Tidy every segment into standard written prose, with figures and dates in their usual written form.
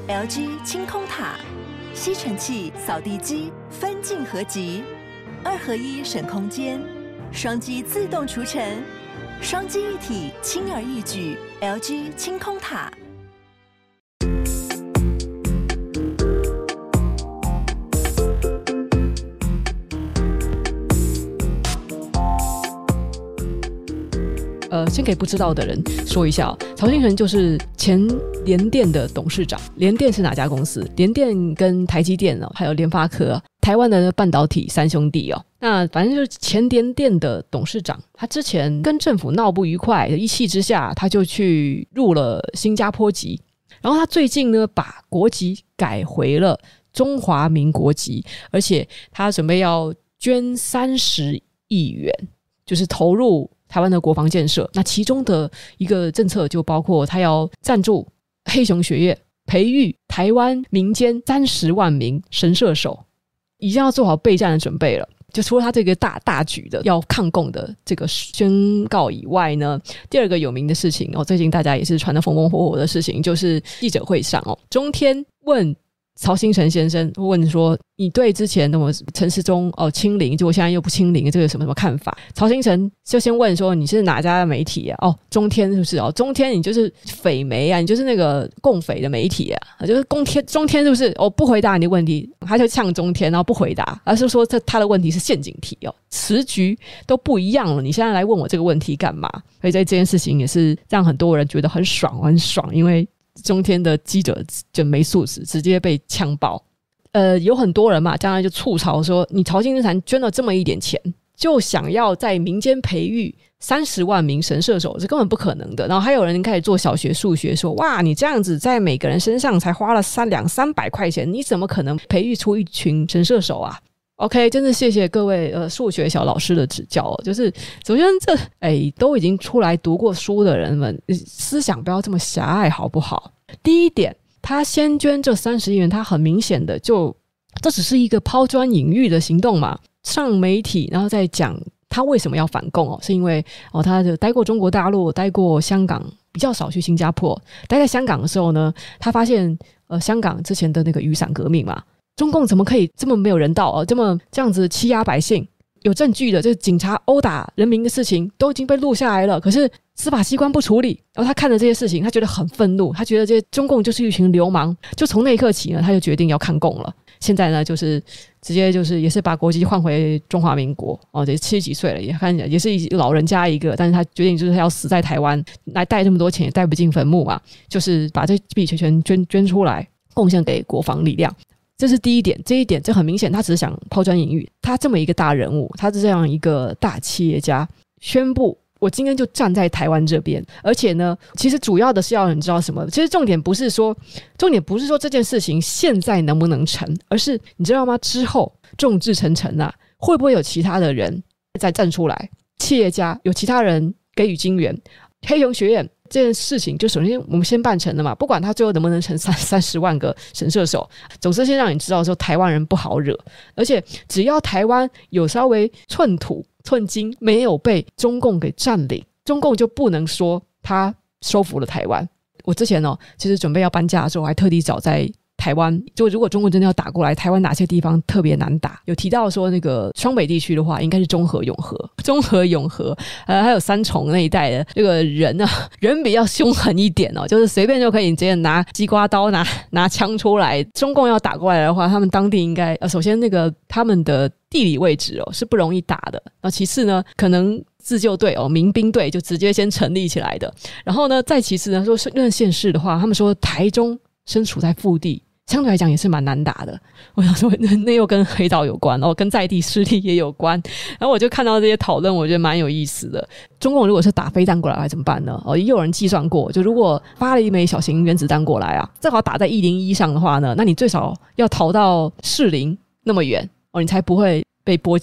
LG 清空塔，吸尘器、扫地机分镜合集，2合1省空间，双击自动除尘，双击一体轻而易举。LG 清空塔。 先给不知道的人说一下曹兴诚就是前联电的董事长。联电是哪家公司？联电跟台积电还有联发科台湾的半导体三兄弟那反正就是前联电的董事长，他之前跟政府闹不愉快，一气之下他就去入了新加坡籍，然后他最近呢把国籍改回了中华民国籍，而且他准备要捐30亿元，就是投入台湾的国防建设。那其中的一个政策就包括他要赞助黑熊学院，培育台湾民间30万名神射手，已经要做好备战的准备了。就除了他这个大举的要抗共的这个宣告以外呢，第二个有名的事情最近大家也是传得风风火火的事情，就是记者会上中天问曹兴诚先生，问说你对之前的陈时中清零，结果现在又不清零，这个有什么看法？曹兴诚就先问说你是哪家媒体中天是不是中天你就是匪媒你就是那个共匪的媒体就是中天是不是不回答你的问题，他就呛中天然后不回答，而是说他的问题是陷阱题时局都不一样了，你现在来问我这个问题干嘛？所以在这件事情也是让很多人觉得很爽，因为中天的记者就没素质，直接被呛爆。有很多人嘛，将来就吐槽说，你曹兴诚捐了这么一点钱，就想要在民间培育30万名神射手，这根本不可能的。然后还有人开始做小学数学说，哇，你这样子在每个人身上才花了200-300块钱，你怎么可能培育出一群神射手啊？OK， 真的谢谢各位数学小老师的指教就是首先都已经出来读过书的人们，思想不要这么狭隘好不好？第一点，他先捐这30亿元，他很明显的这只是一个抛砖引玉的行动嘛，上媒体然后再讲他为什么要反共是因为他就待过中国大陆，待过香港，比较少去新加坡。待在香港的时候呢，他发现香港之前的那个雨伞革命嘛，中共怎么可以这么没有人道这样子欺压百姓？有证据的，就是警察殴打人民的事情都已经被录下来了，可是司法机关不处理。然后他看了这些事情，他觉得很愤怒，他觉得这些中共就是一群流氓，就从那一刻起呢，他就决定要抗共了。现在呢，就是直接就是也是把国籍换回中华民国这70几岁了，也看起来也是老人家一个，但是他决定就是他要死在台湾，来带这么多钱也带不进坟墓嘛，就是把这笔钱捐出来，贡献给国防力量。这是第一点，这一点这很明显他只是想抛砖引玉。他这么一个大人物，他是这样一个大企业家，宣布我今天就站在台湾这边。而且呢，其实主要的是要你知道什么，其实重点不是说这件事情现在能不能成，而是你知道吗，之后众志成城会不会有其他的人再站出来，企业家有其他人给予金援。黑熊学院这件事情就首先我们先办成了嘛，不管他最后能不能成30万个神射手，总之先让你知道说台湾人不好惹，而且只要台湾有稍微寸土寸金没有被中共给占领，中共就不能说他收服了台湾。我之前其实准备要搬家的时候，我还特地找在台湾，就如果中国真的要打过来，台湾哪些地方特别难打，有提到说那个双北地区的话应该是中和永和还有三重那一带的这个人比较凶狠一点就是随便就可以直接拿鸡瓜刀拿枪出来。中共要打过来的话，他们当地应该首先那个他们的地理位置是不容易打的，然后其次呢可能自救队民兵队就直接先成立起来的，然后呢再其次呢说任县市的话，他们说台中身处在腹地，相对来讲也是蛮难打的。我想说那又跟黑道有关跟在地势力也有关，然后我就看到这些讨论，我觉得蛮有意思的。中共如果是打飞弹过来还怎么办呢？也有人计算过，就如果发了一枚小型原子弹过来正好打在101上的话呢，那你最少要逃到士林那么远你才不会被波及。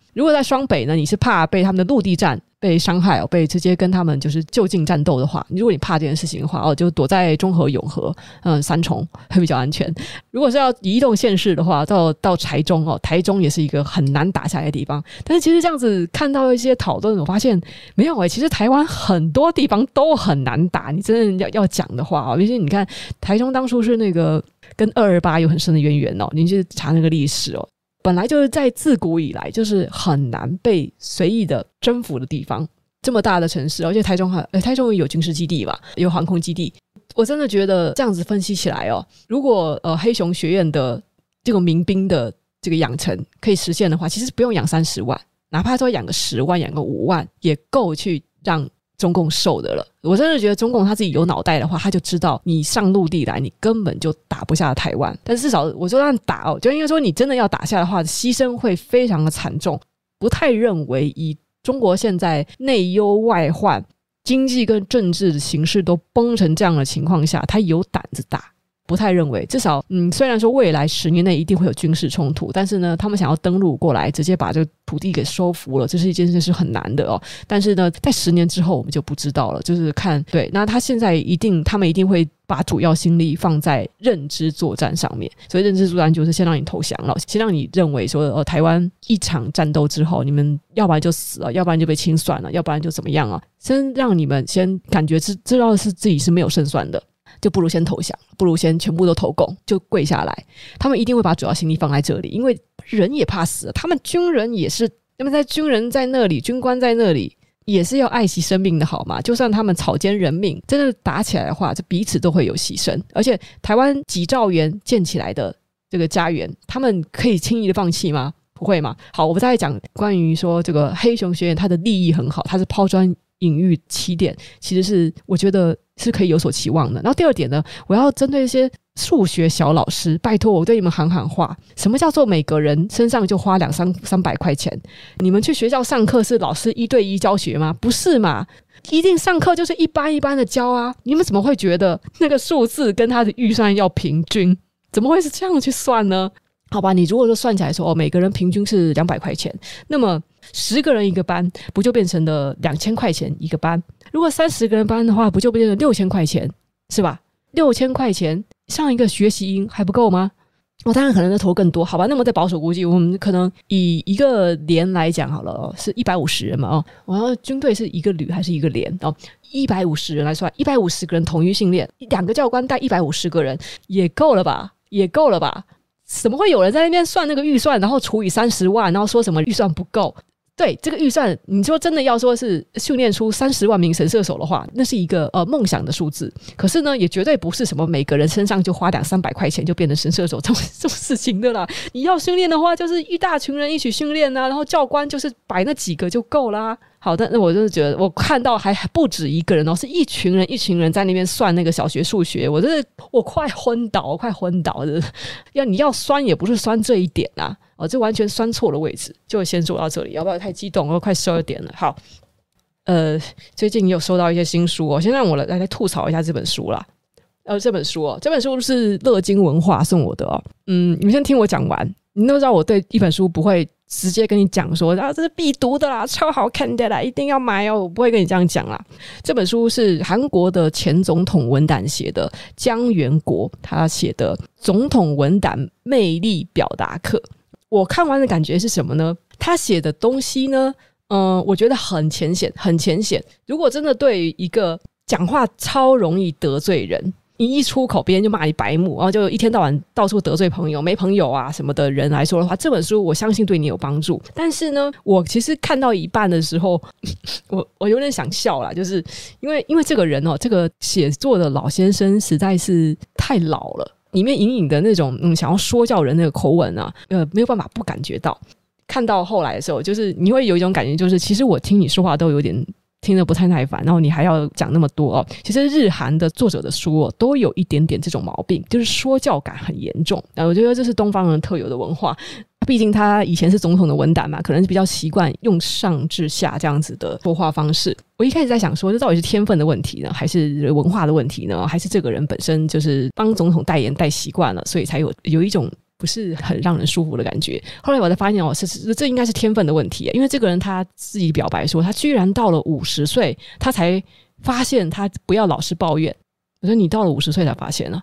如果在双北呢，你是怕被他们的陆地战被伤害被直接跟他们就是就近战斗的话，如果你怕这件事情的话就躲在中和、永和、三重会比较安全。如果是要移动县市的话，到台中台中也是一个很难打下来的地方。但是其实这样子看到一些讨论，我发现没有其实台湾很多地方都很难打。你真的要讲的话毕竟你看台中当初是那个跟228有很深的渊源你去查那个历史本来就是在自古以来就是很难被随意的征服的地方，这么大的城市，而且台中有军事基地吧，有航空基地。我真的觉得这样子分析起来如果黑熊学院的这个民兵的这个养成可以实现的话，其实不用养30万，哪怕说养个10万养个5万也够去让中共受的了。我真的觉得中共他自己有脑袋的话，他就知道你上陆地来你根本就打不下台湾，但是至少我就让打就应该说你真的要打下的话，牺牲会非常的惨重。不太认为以中国现在内忧外患，经济跟政治的形势都崩成这样的情况下，他有胆子打，不太认为。至少虽然说未来10年内一定会有军事冲突，但是呢他们想要登陆过来直接把这个土地给收服了，这是一件事是很难的但是呢在10年之后我们就不知道了，就是看对那他现在他们一定会把主要心力放在认知作战上面。所以认知作战就是先让你投降了，先让你认为说台湾一场战斗之后你们要不然就死了，要不然就被清算了，要不然就怎么样先让你们先感觉知道是自己是没有胜算的，就不如先投降，不如先全部都投共，就跪下来。他们一定会把主要心力放在这里，因为人也怕死，他们军人也是，那么在军人在那里，军官在那里也是要爱惜生命的好吗？就算他们草菅人命，真的打起来的话，这彼此都会有牺牲。而且台湾几兆元建起来的这个家园，他们可以轻易的放弃吗？不会嘛。好，我们再来讲关于说这个黑熊学院，它的利益很好，它是抛砖引玉起点，其实是我觉得是可以有所期望的。然后第二点呢，我要针对一些数学小老师，拜托我对你们喊喊话。什么叫做每个人身上就花200-300块钱？你们去学校上课是老师1对1教学吗？不是嘛，一定上课就是一般一般的教啊。你们怎么会觉得那个数字跟他的预算要平均？怎么会是这样去算呢？好吧，你如果说算起来说每个人平均是200块钱，那么10个人一个班，不就变成了2000块钱一个班？如果30个人班的话，不就变成6000块钱，是吧？6000块钱上一个学习营还不够吗？我当然可能在投更多，好吧？那么在保守估计，我们可能以一个连来讲好了是150人嘛然后军队是一个旅还是一个连150人来算，150个人统一训练，2个教官带150个人，也够了吧？也够了吧？怎么会有人在那边算那个预算，然后除以30万，然后说什么预算不够？对，这个预算你说真的要说是训练出30万名神射手的话，那是一个梦想的数字。可是呢也绝对不是什么每个人身上就花200-300块钱就变成神射手这种事情的啦。你要训练的话就是一大群人一起训练然后教官就是摆那几个就够啦。好的，那我真的觉得我看到还不止一个人是一群人在那边算那个小学数学，我快昏倒的。你要酸也不是酸这一点啊这完全酸错了位置。就先说到这里，要不要太激动？快12点了。好，最近也有收到一些新书先让我来吐槽一下这本书啦。这本书是乐金文化送我的你们先听我讲完。你都知道我对一本书不会直接跟你讲说这是必读的啦，超好看的啦，一定要买我不会跟你这样讲啦。这本书是韩国的前总统文胆写的，姜元国他写的《总统文胆魅力表达课》。我看完的感觉是什么呢？他写的东西呢我觉得很浅显。如果真的对于一个讲话超容易得罪人，你一出口别人就骂你白目，然后就一天到晚到处得罪朋友没朋友什么的人来说的话，这本书我相信对你有帮助。但是呢我其实看到一半的时候我有点想笑啦，就是因为这个人这个写作的老先生实在是太老了，里面隐隐的那种想要说教人那个口吻没有办法不感觉到。看到后来的时候，就是你会有一种感觉，就是其实我听你说话都有点听得不太耐烦，然后你还要讲那么多其实日韩的作者的书都有一点点这种毛病，就是说教感很严重。我觉得这是东方人特有的文化，毕竟他以前是总统的文胆嘛，可能是比较习惯用上至下这样子的说话方式。我一开始在想说这到底是天分的问题呢，还是文化的问题呢，还是这个人本身就是当总统代言带习惯了，所以才有一种不是很让人舒服的感觉。后来我才发现这应该是天分的问题，因为这个人他自己表白说他居然到了50岁他才发现他不要老是抱怨。我说你到了50岁才发现啊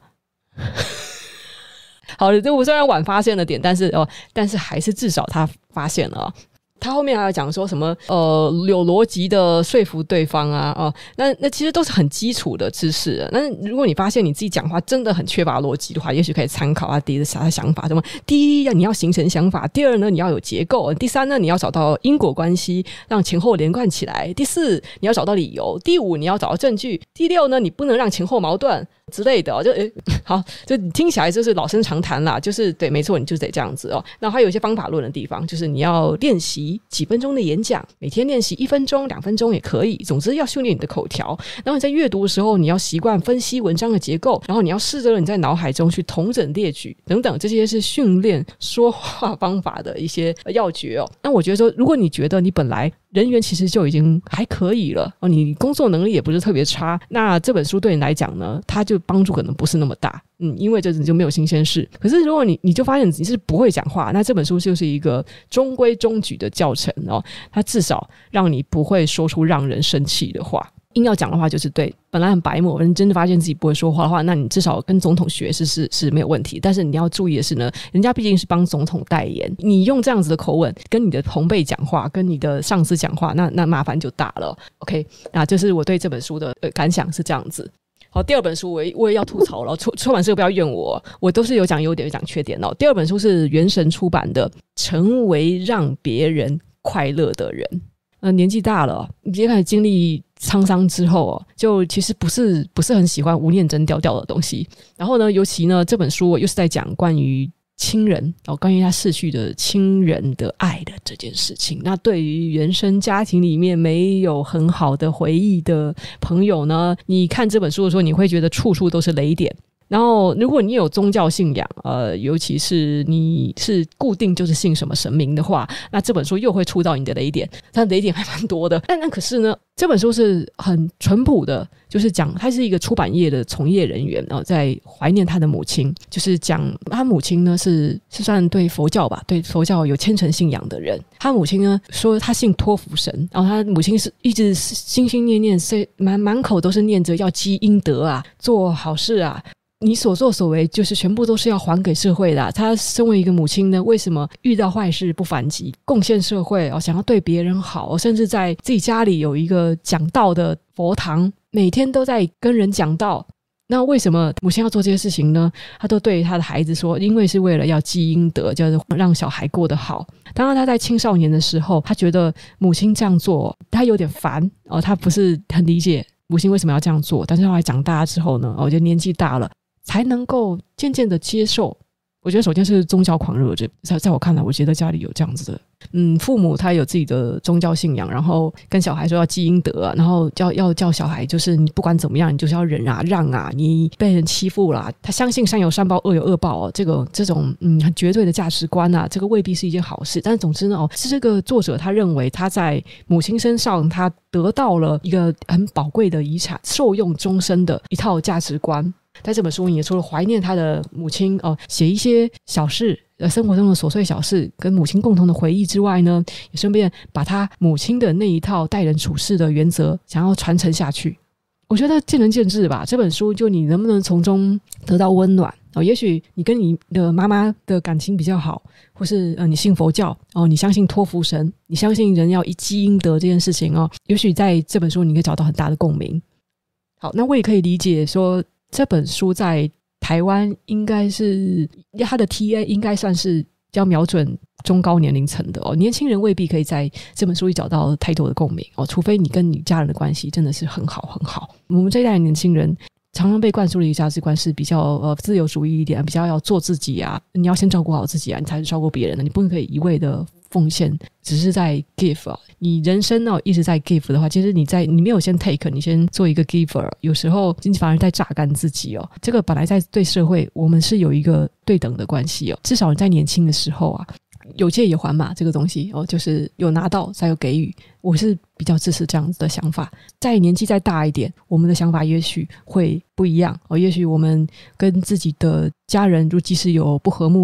好的，这我虽然晚发现了点，但是还是至少他发现了他后面还有讲说什么有逻辑的说服对方啊那其实都是很基础的知识那如果你发现你自己讲话真的很缺乏逻辑的话，也许可以参考他第一的想法，什么第一你要形成想法，第二呢你要有结构，第三呢你要找到因果关系，让前后连贯起来，第四你要找到理由，第五你要找到证据，第六呢你不能让前后矛盾之类的好，就听起来就是老生常谈啦，就是对，没错，你就得这样子那还有一些方法论的地方，就是你要练习几分钟的演讲，每天练习1分钟2分钟也可以，总之要训练你的口条。然后你在阅读的时候你要习惯分析文章的结构，然后你要试着你在脑海中去统整列举等等，这些是训练说话方法的一些要诀那我觉得说，如果你觉得你本来人缘其实就已经还可以了你工作能力也不是特别差，那这本书对你来讲呢，它就帮助可能不是那么大因为这就没有新鲜事。可是如果你就发现你是不会讲话，那这本书就是一个中规中矩的教程它至少让你不会说出让人生气的话。硬要讲的话就是对，本来很白目，人真的发现自己不会说话的话，那你至少跟总统学是没有问题。但是你要注意的是呢，人家毕竟是帮总统代言，你用这样子的口吻跟你的同辈讲话，跟你的上司讲话，那麻烦就大了。 OK， 那就是我对这本书的感想是这样子。好，第二本书我也要吐槽了，出版社不要怨我都是有讲优点有讲缺点第二本书是原神出版的《成为让别人快乐的人》。年纪大了，你开始经历沧桑之后就其实不是很喜欢吴念真调调的东西。然后呢，尤其呢这本书又是在讲关于亲人关于他逝去的亲人的爱的这件事情。那对于原生家庭里面没有很好的回忆的朋友呢，你看这本书的时候你会觉得处处都是雷点。然后如果你有宗教信仰尤其是你是固定就是信什么神明的话，那这本书又会触到你的雷点，它雷点还蛮多的。但可是呢，这本书是很淳朴的，就是讲他是一个出版业的从业人员在怀念他的母亲，就是讲他母亲呢是算对佛教吧，对佛教有虔诚信仰的人。他母亲呢说他信托福神，然后他母亲是一直心心念念，满口都是念着要积阴德啊，做好事啊，你所作所为就是全部都是要还给社会的他身为一个母亲呢，为什么遇到坏事不反击，贡献社会想要对别人好甚至在自己家里有一个讲道的佛堂，每天都在跟人讲道。那为什么母亲要做这些事情呢？他都对他的孩子说，因为是为了要积阴德，就是让小孩过得好。当然他在青少年的时候，他觉得母亲这样做他有点烦他不是很理解母亲为什么要这样做。但是后来长大之后呢，我觉得年纪大了才能够渐渐的接受。我觉得首先是宗教狂热，在我看来，我觉得家里有这样子的父母他有自己的宗教信仰，然后跟小孩说要积阴德然后要叫小孩就是你不管怎么样你就是要忍让你被人欺负啦，他相信善有善报恶有恶报这种很绝对的价值观这个未必是一件好事。但总之呢是这个作者他认为他在母亲身上他得到了一个很宝贵的遗产，受用终身的一套价值观。在这本书也除了怀念他的母亲写一些小事生活中的琐碎小事跟母亲共同的回忆之外呢，也顺便把他母亲的那一套待人处事的原则想要传承下去。我觉得见仁见智吧，这本书就你能不能从中得到温暖也许你跟你的妈妈的感情比较好，或是你信佛教你相信托福神，你相信人要一积阴德这件事情也许在这本书你可以找到很大的共鸣。好，那我也可以理解说这本书在台湾应该是它的 TA 应该算是要瞄准中高年龄层的年轻人未必可以在这本书里找到太多的共鸣除非你跟你家人的关系真的是很好很好。我们这一代的年轻人常常被灌输的一个价值观是比较自由主义一点，比较要做自己你要先照顾好自己你才是照顾别人的，你不可以一味的奉献只是在 give 你人生一直在 give 的话，其实你没有先 take， 你先做一个 giver， 有时候你反而在榨干自己这个本来在对社会我们是有一个对等的关系至少你在年轻的时候有借也还嘛，这个东西就是有拿到才有给予。我是比较支持这样子的想法。在年纪再大一点，我们的想法也许会不一样也许我们跟自己的家人即使有不和睦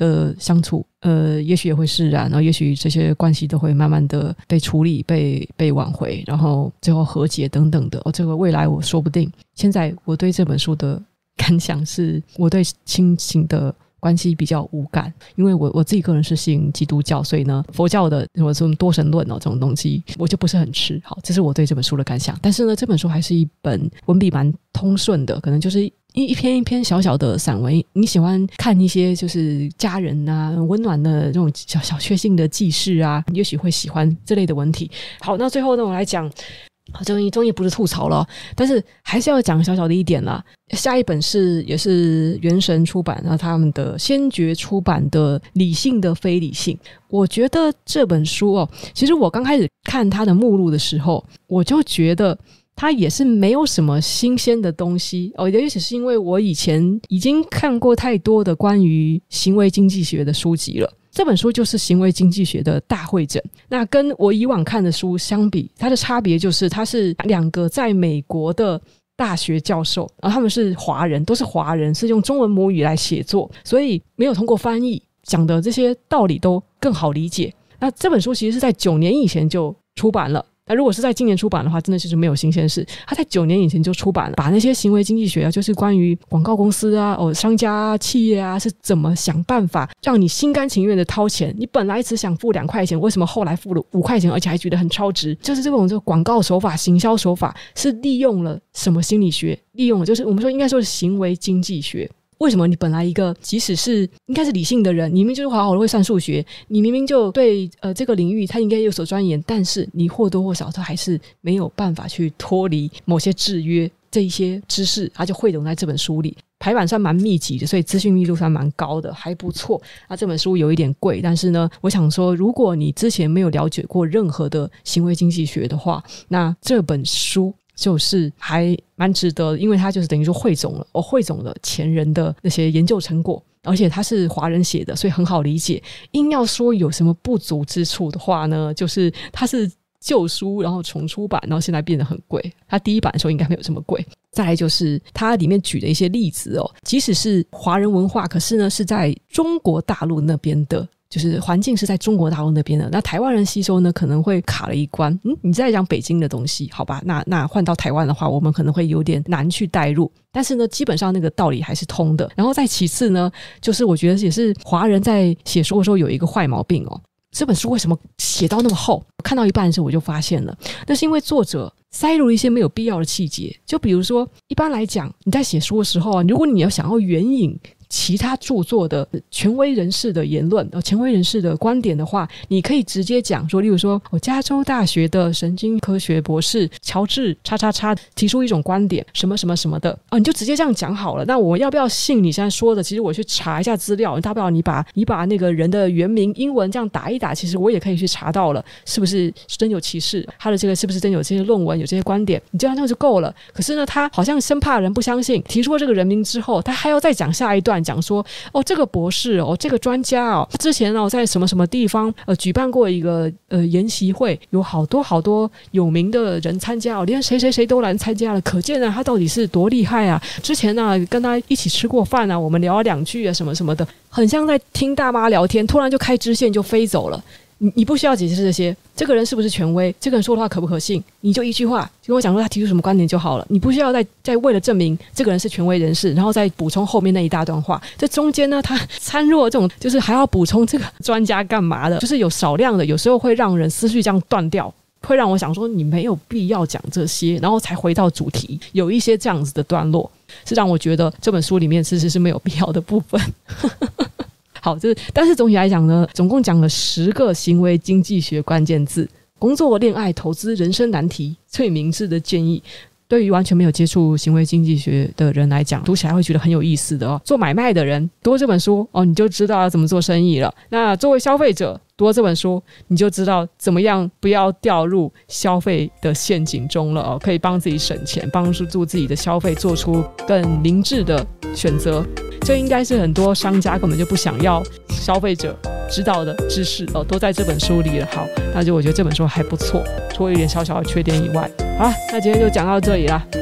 的相处，也许也会释然，然后也许这些关系都会慢慢的被处理、被挽回，然后最后和解等等的。这个未来我说不定。现在我对这本书的感想是，我对亲情的关系比较无感，因为我自己个人是信基督教，所以呢，佛教的什么多神论这种东西我就不是很吃。好，这是我对这本书的感想。但是呢，这本书还是一本文笔蛮通顺的，可能就是一篇一篇小小的散文，你喜欢看一些就是家人啊温暖的这种小确幸的记事啊，也许会喜欢这类的文体。好，那最后呢，我来讲终于不是吐槽了，但是还是要讲小小的一点啦。下一本也是原神出版，然后他们的先觉出版的《理性的非理性》。我觉得这本书其实我刚开始看它的目录的时候，我就觉得它也是没有什么新鲜的东西也许是因为我以前已经看过太多的关于行为经济学的书籍了。这本书就是行为经济学的大汇整，那跟我以往看的书相比，它的差别就是它是2个在美国的大学教授，然后他们是华人，都是华人，是用中文母语来写作，所以没有通过翻译，讲的这些道理都更好理解。那这本书其实是在9年以前就出版了，那如果是在今年出版的话，真的就是没有新鲜事。他在9年以前就出版了，把那些行为经济学就是关于广告公司啊、商家啊、企业啊是怎么想办法让你心甘情愿的掏钱，你本来只想付2块钱，为什么后来付了5块钱，而且还觉得很超值？就是这种广告手法、行销手法是利用了什么心理学？利用了就是我们说应该说是行为经济学。为什么你本来一个即使是应该是理性的人，你明明就是好好的会算数学，你明明就对这个领域他应该有所钻研，但是你或多或少他还是没有办法去脱离某些制约，这一些知识他就汇总在这本书里。排版算蛮密集的，所以资讯密度算蛮高的，还不错。那这本书有一点贵，但是呢，我想说如果你之前没有了解过任何的行为经济学的话，那这本书就是还蛮值得的，因为它就是等于说汇总了前人的那些研究成果，而且它是华人写的，所以很好理解。硬要说有什么不足之处的话呢，就是它是旧书然后重出版，然后现在变得很贵，它第一版的时候应该没有这么贵。再来就是它里面举的一些例子即使是华人文化，可是呢是在中国大陆那边的，就是环境是在中国大陆那边的，那台湾人吸收呢可能会卡了一关。你在讲北京的东西，好吧，那换到台湾的话，我们可能会有点难去带入，但是呢基本上那个道理还是通的。然后再其次呢，就是我觉得也是华人在写书的时候有一个坏毛病这本书为什么写到那么厚？我看到一半的时候我就发现了，那是因为作者塞入一些没有必要的细节。就比如说一般来讲你在写书的时候如果你要想要援引其他著作的权威人士的言论权威人士的观点的话，你可以直接讲说，例如说加州大学的神经科学博士乔治叉叉叉提出一种观点什么什么什么的你就直接这样讲好了。那我要不要信你现在说的？其实我去查一下资料，大不了你把那个人的原名英文这样打一打，其实我也可以去查到了是不是真有其事，他的这个是不是真有这些论文有这些观点，你这样就够了。可是呢他好像生怕人不相信，提出了这个人名之后，他还要再讲下一段，讲说这个博士这个专家之前在什么什么地方举办过一个研习会，有好多有名的人参加连谁谁谁都来参加了，可见他到底是多厉害啊！之前跟他一起吃过饭我们聊了2句什么什么的，很像在听大妈聊天，突然就开支线就飞走了。你不需要解释这些，这个人是不是权威，这个人说的话可不可信，你就一句话就跟我讲说他提出什么观点就好了。你不需要再为了证明这个人是权威人士，然后再补充后面那一大段话。这中间呢他掺入了这种就是还要补充这个专家干嘛的，就是有少量的有时候会让人思绪这样断掉，会让我想说你没有必要讲这些，然后才回到主题。有一些这样子的段落是让我觉得这本书里面其实是没有必要的部分好，但是总体来讲呢，总共讲了10个行为经济学关键字，工作、恋爱、投资、人生难题，最明智的建议。对于完全没有接触行为经济学的人来讲，读起来会觉得很有意思的做买卖的人读这本书你就知道要怎么做生意了。那作为消费者读了这本书，你就知道怎么样不要掉入消费的陷阱中了可以帮自己省钱，帮助自己的消费做出更明智的选择。这应该是很多商家根本就不想要消费者知道的知识都在这本书里了。好，那就我觉得这本书还不错，除了一点小小的缺点以外。好，那今天就讲到这里啦。